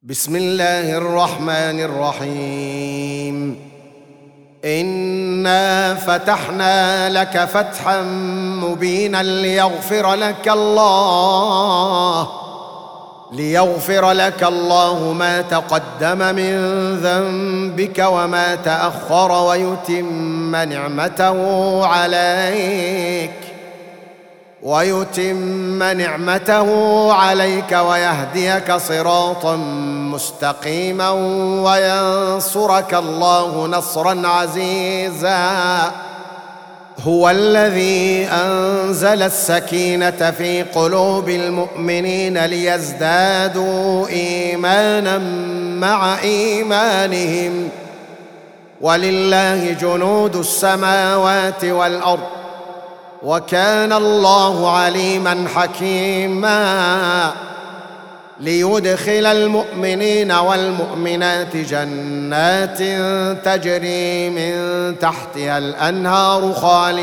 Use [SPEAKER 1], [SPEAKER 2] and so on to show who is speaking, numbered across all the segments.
[SPEAKER 1] بسم الله الرحمن الرحيم. إنا فتحنا لك فتحا مبينا ليغفر لك الله ما تقدم من ذنبك وما تأخر ويتم نعمته عليك ويهديك صراطا مستقيما وينصرك الله نصرا عزيزا. هو الذي أنزل السكينة في قلوب المؤمنين ليزدادوا إيمانا مع إيمانهم، ولله جنود السماوات والأرض، وكان الله عليما حكيما. ليدخل المؤمنين والمؤمنات جنات تجري من تحتها الأنهار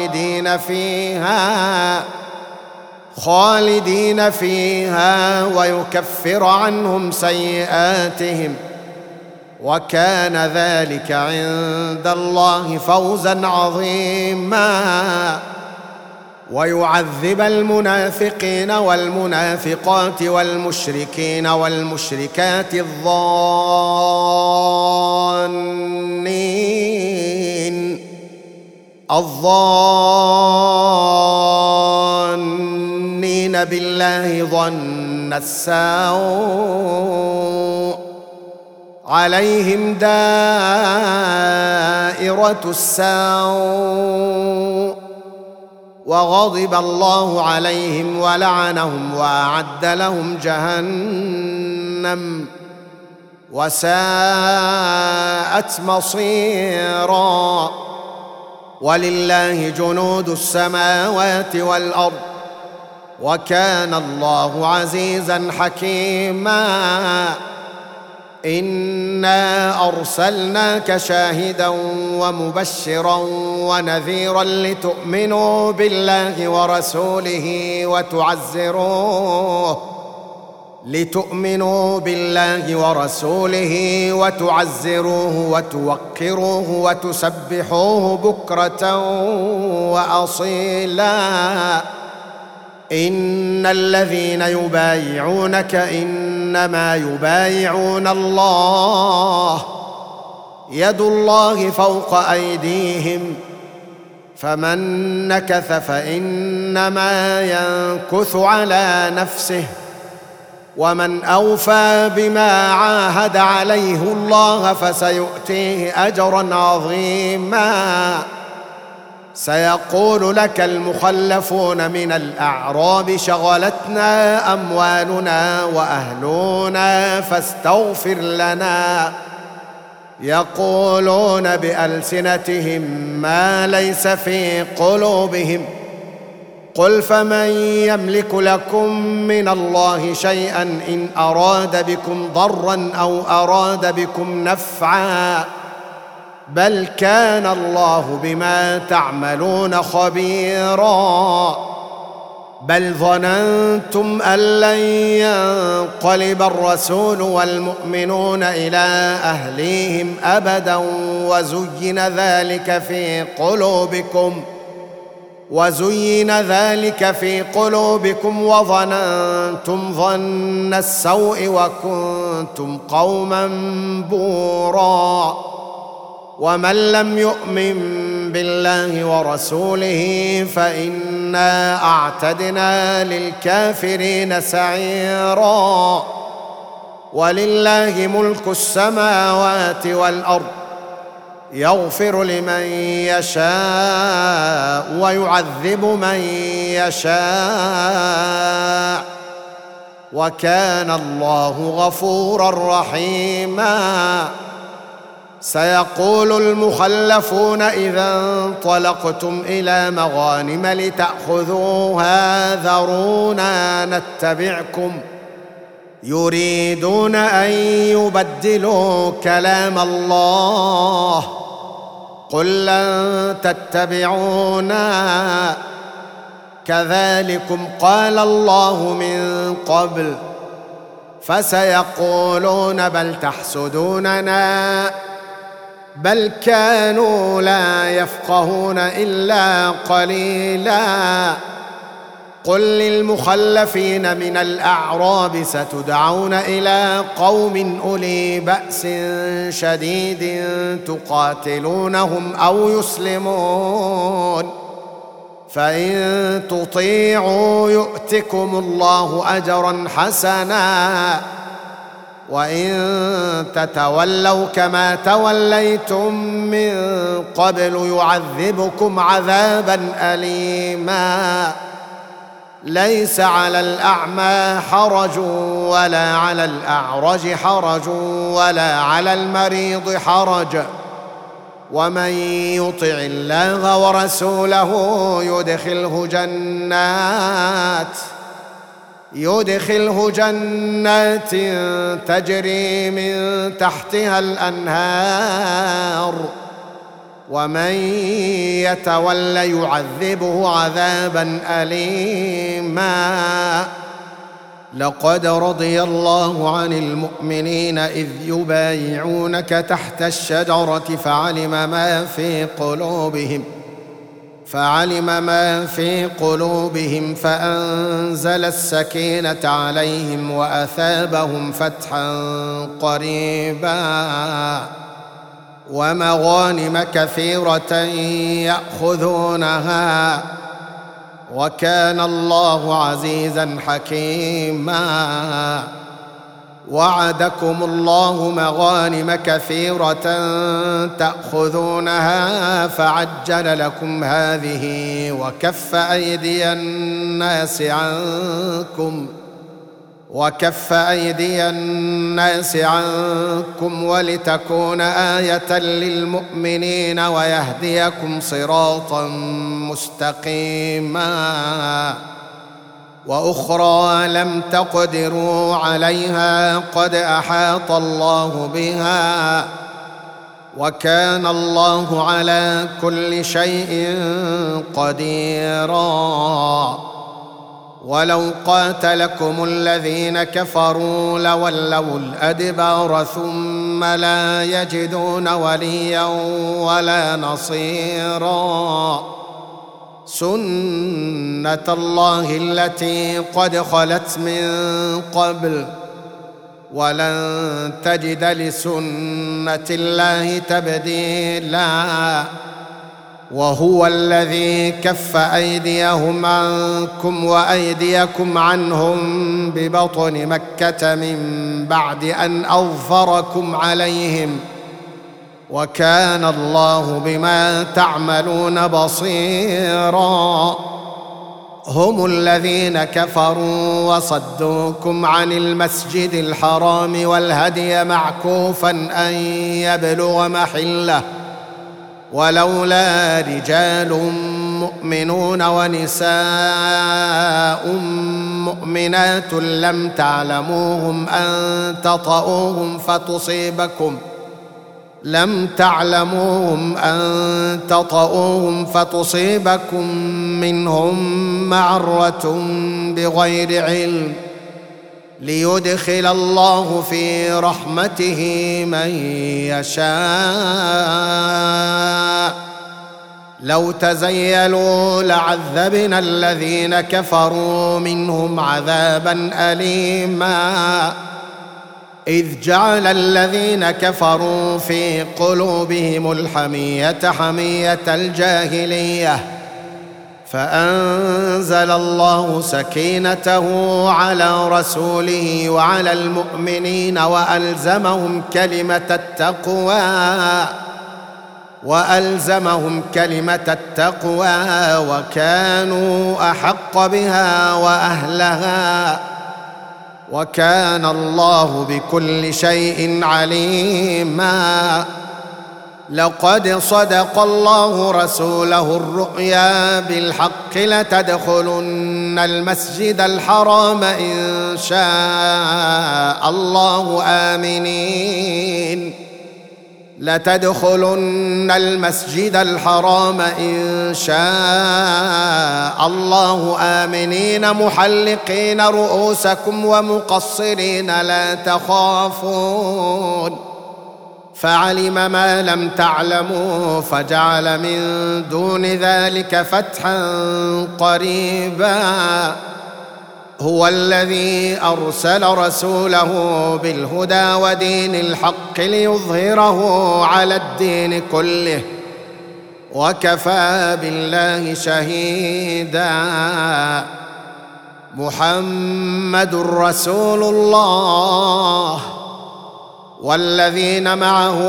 [SPEAKER 1] خالدين فيها ويكفر عنهم سيئاتهم، وكان ذلك عند الله فوزا عظيما. ويعذب المنافقين والمنافقات والمشركين والمشركات الظانين بالله ظن السوء عليهم دائرة السوء، وغضب الله عليهم ولعنهم وأعد لهم جهنم وساءت مصيرا. ولله جنود السماوات والأرض، وكان الله عزيزا حكيما. إنا أرسلناك شاهدا ومبشرا ونذيرا لتؤمنوا بالله ورسوله وتعزروه وتوقروه وتسبحوه بكرة وأصيلا. إن الذين يبايعونك إنما يبايعون الله، يد الله فوق أيديهم، فمن نكث فإنما ينكث على نفسه، ومن أوفى بما عاهد عليه الله فسيؤتيه أجرا عظيما. سيقول لك المخلفون من الأعراب شغلتنا أموالنا وأهلنا فاستغفر لنا، يقولون بألسنتهم ما ليس في قلوبهم. قل فمن يملك لكم من الله شيئا إن أراد بكم ضرا أو أراد بكم نفعا، بل كان الله بما تعملون خبيرا. بل ظننتم أن لن ينقلب الرسول والمؤمنون إلى أهليهم أبدا وزين ذلك في قلوبكم وظننتم ظن السوء وكنتم قوما بورا. ومن لم يؤمن بالله ورسوله فإنا أعتدنا للكافرين سعيرا. ولله ملك السماوات والأرض، يغفر لمن يشاء ويعذب من يشاء، وكان الله غفورا رحيما. سيقول المخلفون إذا انطلقتم إلى مغانم لتأخذوها ذرونا نتبعكم، يريدون أن يبدلوا كلام الله. قل لن تتبعونا كذلكم قال الله من قبل فسيقولون بل تحسدوننا بل كانوا لا يفقهون إلا قليلا. قل للمخلفين من الأعراب ستدعون إلى قوم أولي بأس شديد تقاتلونهم أو يسلمون، فإن تطيعوا يؤتكم الله أجرا حسنا، وإن تتولوا كما توليتم من قبل يعذبكم عذابا أليما. ليس على الأعمى حرج ولا على الأعرج حرج ولا على المريض حرج، ومن يطع الله ورسوله يدخله جنات تجري من تحتها الأنهار، ومن يتول يعذبه عذابا أليما. لقد رضي الله عن المؤمنين إذ يبايعونك تحت الشجرة فعلم ما في قلوبهم فأنزل السكينة عليهم وأثابهم فتحا قريبا ومغانم كثيرة يأخذونها، وكان الله عزيزا حكيما. وعدكم الله مغانم كثيرة تأخذونها فعجل لكم هذه وكف أيدي الناس عنكم ولتكون آية للمؤمنين ويهديكم صراطا مستقيما. وأخرى لم تقدروا عليها قد أحاط الله بها، وكان الله على كل شيء قديرا. ولو قاتلكم الذين كفروا لولوا الأدبار ثم لا يجدون وليا ولا نصيرا. سنة الله التي قد خلت من قبل ولن تجد لسنة الله تبديلا. وهو الذي كف أيديهم عنكم وأيديكم عنهم ببطن مكة من بعد أن أظفركم عليهم، وكان الله بما تعملون بصيرا. هم الذين كفروا وصدوكم عن المسجد الحرام والهدي معكوفا أن يبلغ محله، ولولا رجال مؤمنون ونساء مؤمنات لم تعلموهم أن تطؤوهم فتصيبكم منهم معرة بغير علم، ليدخل الله في رحمته من يشاء. لو تزيلوا لعذبنا الذين كفروا منهم عذابا أليما. إذ جعل الذين كفروا في قلوبهم الحمية حمية الجاهلية، فأنزل الله سكينته على رسوله وعلى المؤمنين وألزمهم كلمة التقوى وكانوا أحق بها وأهلها، وكان الله بكل شيء عليما. لقد صدق الله رسوله الرؤيا بالحق لتدخلن المسجد الحرام إن شاء الله آمنين، لتدخلن المسجد الحرام إن شاء الله آمنين محلقين رؤوسكم ومقصرين لا تخافون فعلم ما لم تعلموا فجعل من دون ذلك فتحا قريبا هو الذي أرسل رسوله بالهدى ودين الحق ليظهره على الدين كله وكفى بالله شهيدا محمد رسول الله والذين معه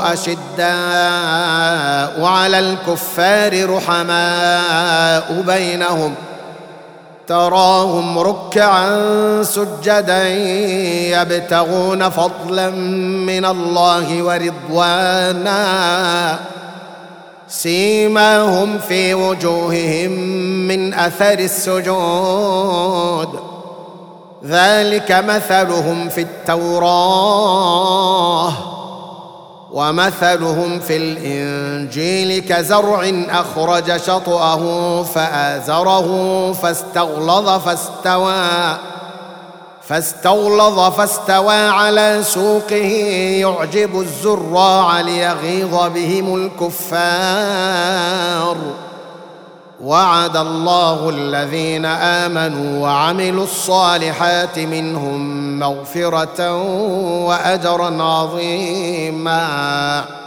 [SPEAKER 1] أشداء على الكفار رحماء بينهم تراهم ركعا سجدا يبتغون فضلا من الله ورضوانا سيماهم في وجوههم من أثر السجود ذلك مثلهم في التوراة ومثلهم في الإنجيل كزرع أخرج شطأه فآزره فاستغلظ فاستوى على سوقه يعجب الزراع ليغيظ بهم الكفار وعد الله الذين آمنوا وعملوا الصالحات منهم مغفرة وأجرا عظيما